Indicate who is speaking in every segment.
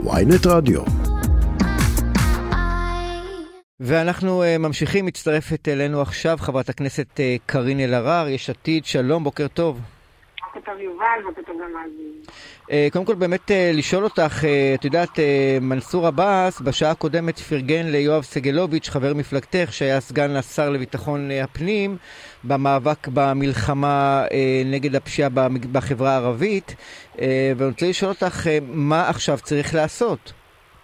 Speaker 1: ynet רדיו.
Speaker 2: ואנחנו ממשיכים, מצטרפת אלינו עכשיו חברת הכנסת קארין אלהרר, יש עתיד. שלום, בוקר טוב.
Speaker 3: בוקר טוב יובל, בוקר טוב למאזינים.
Speaker 2: קודם כל באמת לשאול אותך, את יודעת, מנסור עבאס בשעה הקודמת פרגן ליואב סגלוביץ', חבר מפלגתך, שהיה סגן לשר לביטחון הפנים, במאבק במלחמה נגד הפשיעה בחברה הערבית, ואני רוצה לשאול אותך, מה עכשיו צריך לעשות?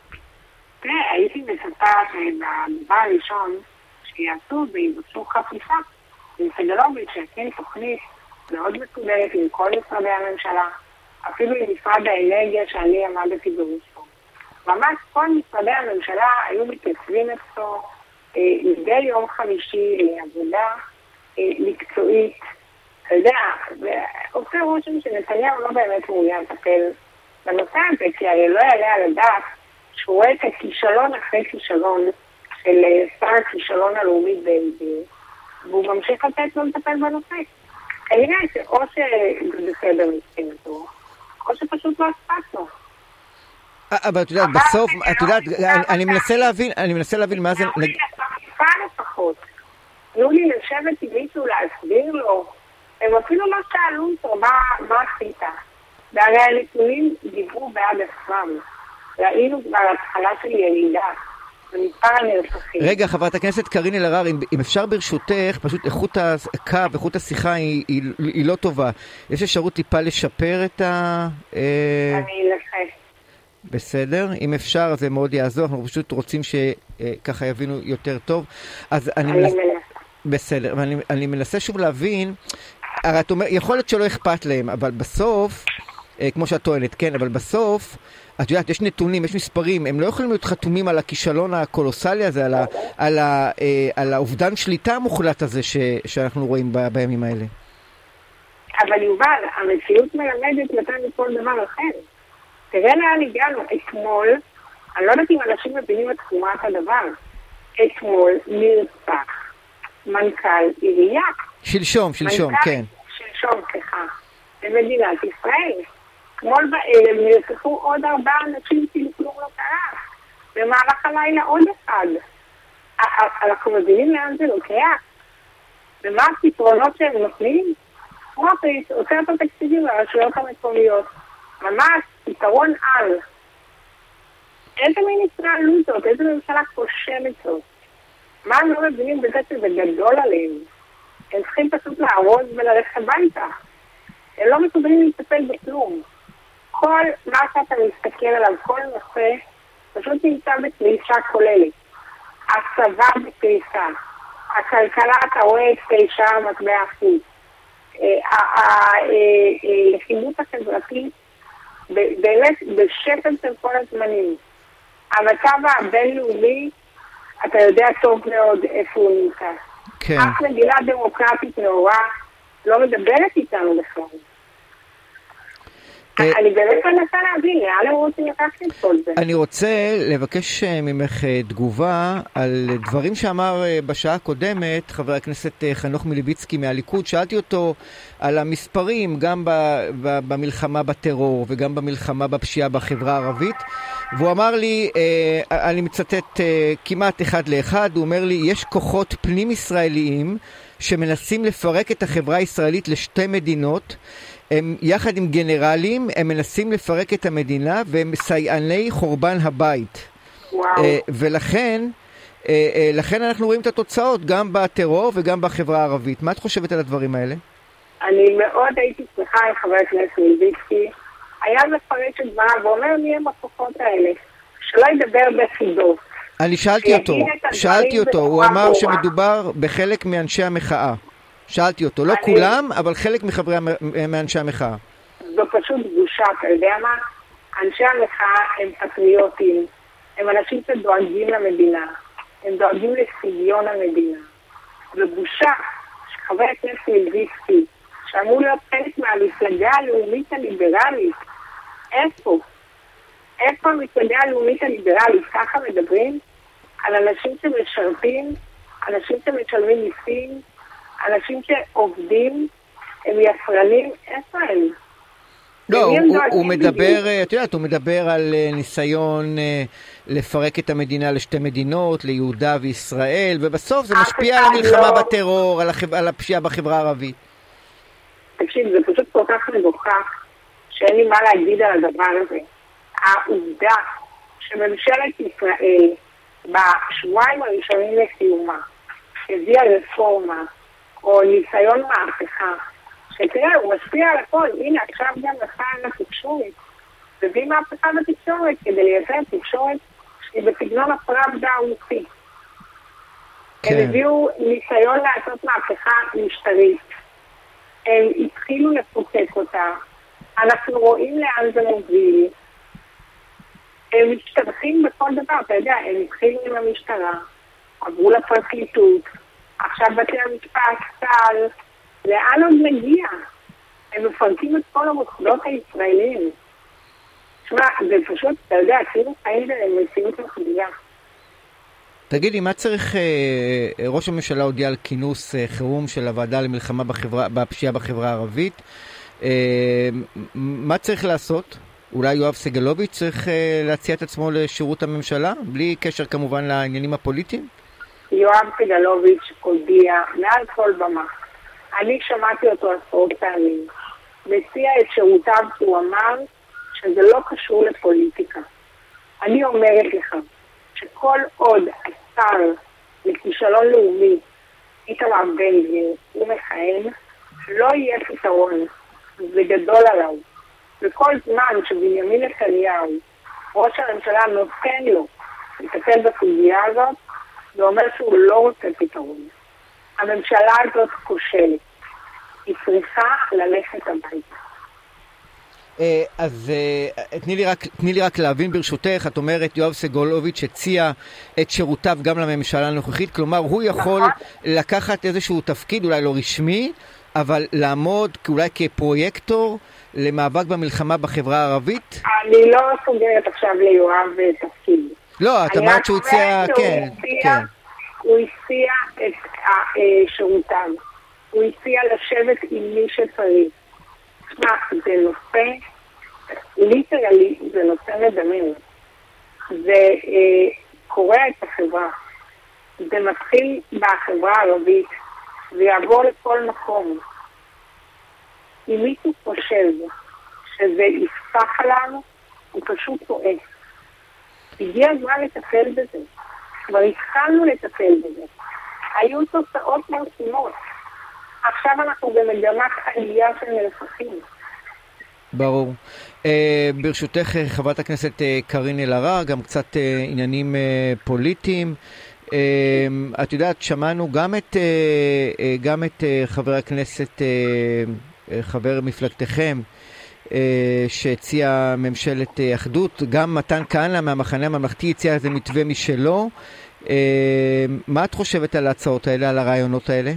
Speaker 3: הייתי מצפה שבדבר הראשון שיעשו ויבצעו חפיפה עם סגלוביץ' שהכין תוכנית מאוד מסודרת עם כל משרדי הממשלה, אפילו עם משרד האנרגיה שאני עמדתי בראשו. ממש כל משרדי הממשלה היו מתייצבים אצלו מדי יום חמישי לעבודה מקצועית. אתה יודע, ועושה רושם שנתניהו לא באמת מעוניין לטפל בנושא הזה, כי הרי לא יעלה על הדעת שהוא רואה את הכישלון אחרי כישלון של שר הכישלון הלאומי בן-גביר, והוא ממשיך לתת לו לטפל בנושא. כנראה שאו שזה בסדר מבחינתו, או שפשוט לא אכפת לו.
Speaker 2: אבל את יודעת, בסוף, את יודעת, אני מנסה להבין מה זה...
Speaker 3: חפיפה לפחות. תנו לי לשבת עם מישהו להסביר לו. הם אפילו לא שאלו אותו מה עשית. והרי הנתונים דיברו בעד עצמם. ראינו כבר התחלה של ירידה במספר הנרצחים.
Speaker 2: רגע, חברת הכנסת קארין אלהרר, אם אפשר ברשותך, פשוט איכות הקו, איכות השיחה היא לא טובה. יש אפשרות טיפה לשפר את ה...
Speaker 3: אני אלחש.
Speaker 2: בסדר, אם אפשר, זה מאוד יעזור. אנחנו פשוט רוצים שככה יבינו יותר טוב. אז בסדר, אני מנסה שוב להבין, הרי את אומר, יכול להיות שלא אכפת להם, אבל בסוף, כמו שאת טוענת, כן, אבל בסוף, את יודעת, יש נתונים, יש מספרים, הם לא יכולים להיות חתומים על הכישלון הקולוסלי הזה, על האובדן שליטה המוחלט הזה שאנחנו רואים בימים האלה.
Speaker 3: אבל יובל, המציאות מלמדת יותר מכל דבר אחר. תראה לאן הגענו. אתמול, אני לא יודעת אם אנשים מבינים את חומרת הדבר, אתמול נרצח מנכ"ל עירייה. שלשום,
Speaker 2: כן.
Speaker 3: שלשום, סליחה. במדינת ישראל. אתמול בערב נרצחו עוד 4 אנשים כאילו כלום לא קרה. במהלך הלילה עוד אחד. אנחנו מבינים לאן זה לוקח. ומה הפתרונות שהם נותנים? סמוטריץ' עושה את התקציבים לרשויות המקומיות. ממש פתרון על. איזה מין התנהלות זאת? איזה ממשלה כושלת זאת? מה הם לא מבינים בזה שזה גדול עליהם? הם צריכים פשוט לערוז וללכת הביתה. הם לא מסוגלים להסתפל בכלום. כל מה שאתה מסתכל עליו, כל נושא, פשוט נמצא בקריסה כוללת. הצבא בקריסה. הכלכלה, אתה רואה את שער מטבע החוץ. הלכידות החברתית, באמת בשפל של כל הזמנים. המצב הבינלאומי, אתה יודע טוב מאוד איפה הוא נמצא.
Speaker 2: כן.
Speaker 3: אף מדינה דמוקרטית נאורה לא מדברת איתנו בכלל. אני באמת מנסה להבין, לאן הם רוצים לקחת את כל זה?
Speaker 2: אני רוצה לבקש ממך תגובה על דברים שאמר בשעה הקודמת חבר הכנסת חנוך מלביצקי מהליכוד. שאלתי אותו על המספרים, גם במלחמה בטרור וגם במלחמה בפשיעה בחברה הערבית, והוא אמר לי, אני מצטט כמעט אחד לאחד, הוא אומר לי, יש כוחות פנים ישראליים שמנסים לפרק את החברה הישראלית לשתי מדינות, הם יחד עם גנרלים, הם מנסים לפרק את המדינה, והם סייעני חורבן הבית. ולכן אנחנו רואים את התוצאות גם בטרור וגם בחברה הערבית. מה את חושבת על הדברים האלה?
Speaker 3: אני מאוד הייתי שמחה עם חבר הכנסת מלביצקי. היה מפרש את דבריו ואומר מי הם הכוחות האלה. שלא ידבר בחידות.
Speaker 2: אני שאלתי אותו, הוא אמר שמדובר בחלק מאנשי המחאה. שאלתי אותו, לא כולם, אבל חלק מאנשי המחאה.
Speaker 3: זו פשוט בושה, אתה יודע מה? אנשי המחאה הם פטריוטים, הם אנשים שדואגים למדינה, הם דואגים לסביון המדינה. זו בושה שחבר הכנסת מלביצקי, שאמור להיות חלק מהמפלגה הלאומית הליברלית, איפה המפלגה הלאומית הליברלית? ככה מדברים על אנשים שמשרתים, אנשים שמשלמים מיסים, אנשים שעובדים, הם יצרנים, איפה הם?
Speaker 2: לא, הוא מדבר, את יודעת, הוא מדבר על ניסיון לפרק את המדינה לשתי מדינות, ליהודה וישראל, ובסוף זה משפיע על המלחמה בטרור, על הפשיעה בחברה הערבית.
Speaker 3: תקשיב, זה פשוט כל כך מגוחך, שאין לי מה להגיד על הדבר הזה. העובדה שממשלת ישראל בשבועיים הראשונים לקיומה הביאה רפורמה או ניסיון מהפכה, שתראה, הוא משפיע על הכל. הנה, עכשיו גם נפל על התקשורת. מביא מהפכה בתקשורת כדי לייצר תקשורת שהיא בסגנון הפראבדה הרוסי. הם הביאו ניסיון לעשות מהפכה משטרית. הם התחילו לפוצץ אותה. אנחנו רואים לאן זה מוביל. הם משתבחים בכל דבר, אתה יודע, הם התחילו עם המשטרה, עברו לפרקליטות, עכשיו בתי המשפט, צה"ל, לאן עוד מגיע? הם מפרקים את כל המוסדות הישראלים. תשמע, זה פשוט, אתה יודע, כאילו חיים במציאות מחביאה.
Speaker 2: תגידי, מה צריך, ראש הממשלה הודיע על כינוס חירום של הוועדה למלחמה בפשיעה בחברה הערבית. מה צריך לעשות? אולי יואב סגלוביץ' צריך להציע את עצמו לשירות הממשלה, בלי קשר כמובן לעניינים הפוליטיים?
Speaker 3: יואב סגלוביץ' הודיע מעל כל במה. אני שמעתי אותו עשרות פעמים. מציע את שירותיו, הוא אמר שזה לא קשור לפוליטיקה. אני אומרת לך שכל עוד השר לכישלון לאומי, איתמר בן גביר, הוא מכהן, לא יהיה פתרון. זה גדול עליו. וכל זמן שבנימין נתניהו, ראש הממשלה, נותן לו לטפל בסוגיה הזאת, זה אומר שהוא לא רוצה פתרון. הממשלה הזאת כושלת. היא צריכה ללכת הביתה.
Speaker 2: אז תני לי רק להבין ברשותך, את אומרת יואב סגלוביץ' הציע את שירותיו גם לממשלה הנוכחית, כלומר הוא יכול לקחת איזשהו תפקיד, אולי לא רשמי, אבל לעמוד אולי כפרויקטור למאבק במלחמה בחברה הערבית?
Speaker 3: אני לא סוגרת עכשיו ליואב תפקיד.
Speaker 2: לא, את אמרת שהוא הציע, כן.
Speaker 3: הוא הציע את שירותיו. הוא הציע לשבת עם מי שצריך. תשמע, זה נושא, ליטרלי, זה נושא מדמם. זה קורא את החברה. זה מתחיל בחברה הערבית, ויעבור לכל מקום. אם מישהו חושב שזה יפסח עליו, הוא פשוט טועה. הגיע הזמן לטפל בזה. כבר התחלנו לטפל בזה. היו תוצאות מרשימות. עכשיו אנחנו במגמת עלייה של נרצחים.
Speaker 2: ברור. ברשותך, חברת הכנסת קארין אלהרר, גם קצת עניינים פוליטיים. את יודעת, שמענו גם את חבר הכנסת, חבר מפלגתכם, שהציע ממשלת אחדות, גם מתן כהנא מהמחנה הממלכתי הציע איזה מתווה משלו. מה את חושבת על ההצעות האלה, על הרעיונות האלה?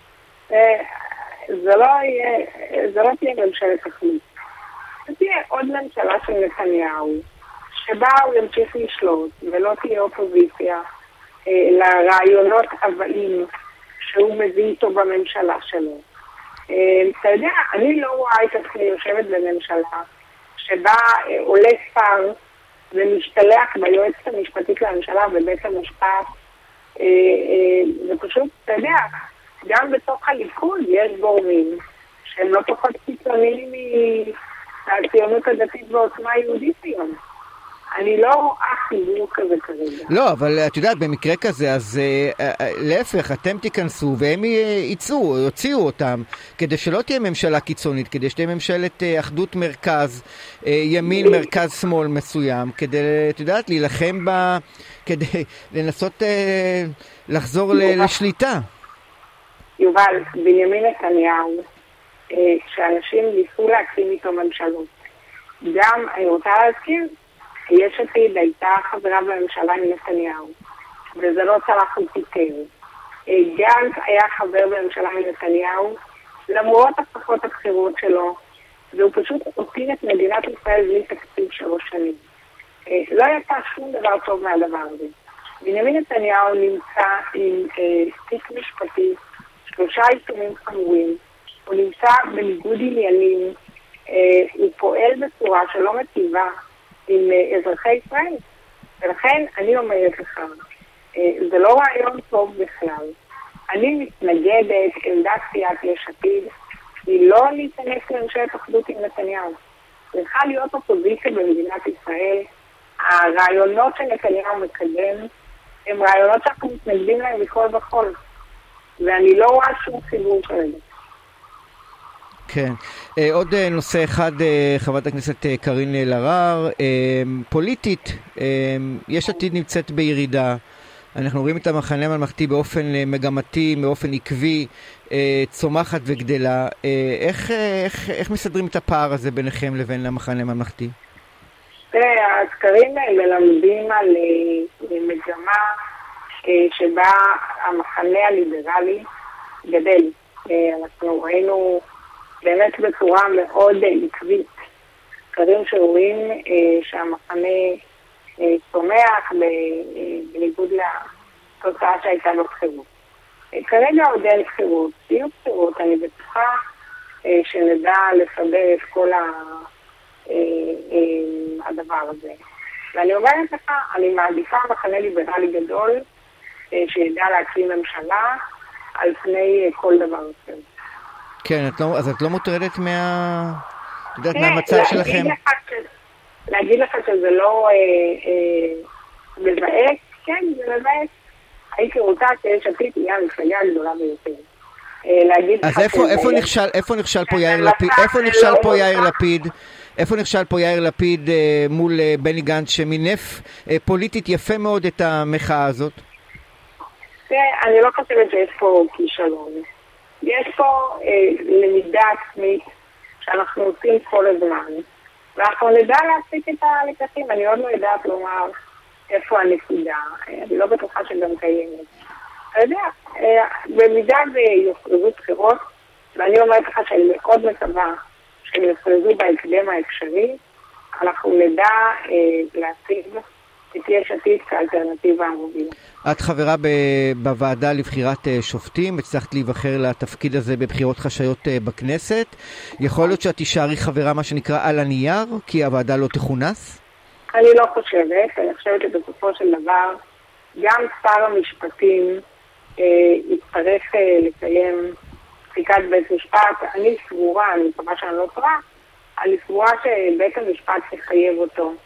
Speaker 3: זה לא תהיה ממשלת אחדות. זה תהיה עוד ממשלה של נתניהו, שבה הוא ימשיך לשלוט, ולא תהיה אופוזיציה לרעיונות הבאים שהוא מביא איתו בממשלה שלו. אתה יודע, אני לא רואה את עצמי יושבת בממשלה שבה עולה שר ומשתלח ביועצת המשפטית לממשלה בבית המשפט. ופשוט, אתה יודע, גם בתוך הליכוד יש גורמים שהם לא פחות קיצוניים מהציונות הדתית ועוצמה יהודית היום. אני לא רואה חיבור כזה כרגע.
Speaker 2: לא, אבל את יודעת, במקרה כזה, אז להפך, אתם תיכנסו והם יוציאו אותם, כדי שלא תהיה ממשלה קיצונית, כדי שתהיה ממשלת אחדות מרכז, ימין, מרכז, שמאל מסוים, כדי, את יודעת, להילחם בה, כדי לנסות לחזור לשליטה.
Speaker 3: יובל, בנימין נתניהו, שאנשים ניסו להקים איתו ממשלות. גם, אני רוצה להזכיר, יש עתיד הייתה חברה בממשלה עם נתניהו, וזה לא צלח ופיטר. גנץ היה חבר בממשלה עם נתניהו, למרות הבטחות הבחירות שלו, והוא פשוט הותיר את מדינת ישראל בלי תקציב 3 שנים. לא יצא שום דבר טוב מהדבר הזה. בנימין נתניהו נמצא עם תיק משפטי, 3 אישומים חמורים, הוא נמצא בניגוד עניינים הוא פועל בצורה שלא מטיבה עם אזרחי ישראל. ולכן אני אומרת לך, זה לא רעיון טוב בכלל. אני מתנגדת, עמדת סיעת יש עתיד, היא לא להיכנס לממשלת אחדות עם נתניהו. צריכה להיות אופוזיציה במדינת ישראל. הרעיונות שנתניהו מקדם הם רעיונות שאנחנו מתנגדים להם מכל וכל. ואני לא רואה שום חיבור כרגע.
Speaker 2: כן. עוד נושא אחד, חברת הכנסת קארין אלהרר, פוליטית, יש עתיד נמצאת בירידה. אנחנו רואים את המחנה הממלכתי באופן מגמתי, באופן עקבי, צומחת וגדלה. איך מסדרים את הפער הזה ביניכם לבין המחנה הממלכתי?
Speaker 3: הסקרים מלמדים על מגמה שבה המחנה הליברלי גדל. אנחנו ראינו באמת בצורה מאוד עקבית סקרים שרואים שהמחנה צומח בניגוד לתוצאה שהייתה בבחירות. כרגע עוד אין בחירות, יהיו בחירות, אני בטוחה שנדע לסדר את כל הדבר הזה. ואני אומרת לך, אני מעדיפה מחנה ליברלי גדול שידע להקים ממשלה על פני כל דבר אחר.
Speaker 2: כן, אז את לא מוטרדת מהמצב שלכם?
Speaker 3: להגיד לך שזה לא מבאס, כן, זה מבאס. הייתי רוצה שיש עתיד תהיה המפלגה הגדולה ביותר.
Speaker 2: אז איפה נכשל פה יאיר לפיד? איפה נכשל פה יאיר לפיד מול בני גנץ שמינף פוליטית יפה מאוד את המחאה הזאת?
Speaker 3: אני לא חושבת שיש פה כישלון. יש פה למידה עצמית שאנחנו עושים כל הזמן. ואנחנו נדע להפיק את הלקחים. אני עוד לא יודעת לומר איפה הנקודה. אני לא בטוחה שגם קיימת. אתה יודע, במידה ויוכרזו בחירות, ואני אומרת לך שאני מאוד מקווה שהם יוכרזו בהקדם האפשרי, אנחנו נדע להציג את יש עתיד כאלטרנטיבה המובילה.
Speaker 2: את חברה בוועדה לבחירת שופטים, הצלחת להיבחר לתפקיד הזה בבחירות חשאיות בכנסת. יכול להיות שאת תישארי חברה מה שנקרא על הנייר, כי הוועדה לא תכונס?
Speaker 3: אני לא חושבת. אני חושבת שבסופו של דבר גם שר המשפטים יצטרך לקיים פסיקת בית משפט. אני סבורה, אני מקווה שאני לא טועה, אני סבורה שבית המשפט יחייב אותו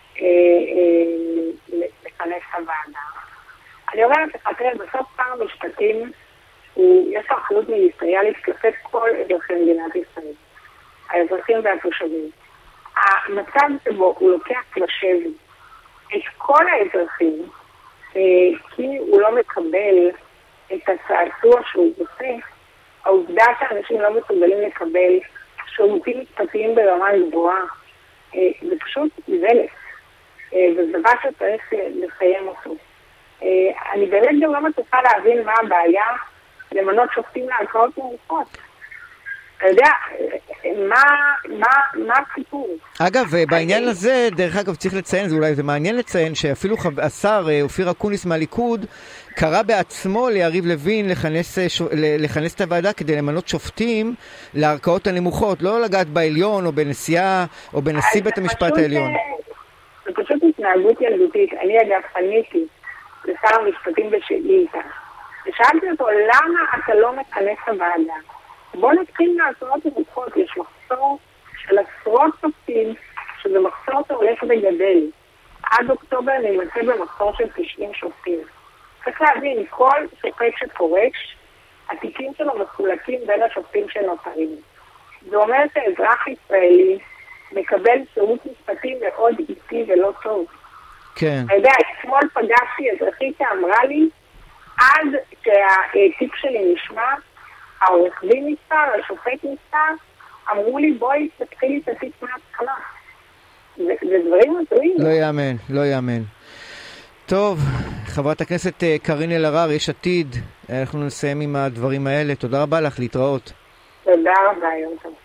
Speaker 3: לכנס הוועדה. אני אומרת לך, תראה, בסוף שר המשפטים יש לו אחריות מיניסטריאלית כלפי כל אזרחי מדינת ישראל, האזרחים והתושבים. המצב שבו הוא לוקח לשבי את כל האזרחים כי הוא לא מקבל את הצעצוע שהוא עושה, העובדה שאנשים לא מסוגלים לקבל שירותים משפטיים ברמה גבוהה, זה פשוט איוולת, וזה דבר שצריך לסיים אותו. אני באמת גם לא מצליחה להבין מה הבעיה למנות שופטים לערכאות נמוכות. אתה יודע, מה הסיפור?
Speaker 2: אגב, בעניין הזה, דרך אגב, צריך לציין, אולי זה מעניין לציין, שאפילו השר אופיר אקוניס מהליכוד קרא בעצמו ליריב לוין לכנס את הוועדה כדי למנות שופטים לערכאות הנמוכות, לא לגעת בעליון או בנשיאה או בנשיא בית המשפט העליון.
Speaker 3: זה פשוט התנהגות ילדותית. אני אגב פניתי לשר המשפטים בשאילתה, ושאלתי אותו, למה אתה לא מכנס הוועדה? בוא נתחיל לעשרות נמוכות, יש מחסור של עשרות שופטים, שזה מחסור שהולך וגדל. עד אוקטובר נמצא במחסור של 90 שופטים. צריך להבין, כל שופט שפורש, התיקים שלו מחולקים בין השופטים שנותרים. זה אומר שאזרח ישראלי מקבל שירות משפטי מאוד איטי ולא טוב.
Speaker 2: כן.
Speaker 3: אתה יודע, אתמול פגשתי אזרחית שאמרה לי, עד שהתיק שלי נשמע, העורך דין נספר, השופט נספר, אמרו לי בואי תתחילי את התיק מההתחלה. זה דברים הזויים.
Speaker 2: לא יאמן. טוב, חברת הכנסת קארין אלהרר, יש עתיד, אנחנו נסיים עם הדברים האלה. תודה רבה לך, להתראות.
Speaker 3: תודה רבה, יום טוב.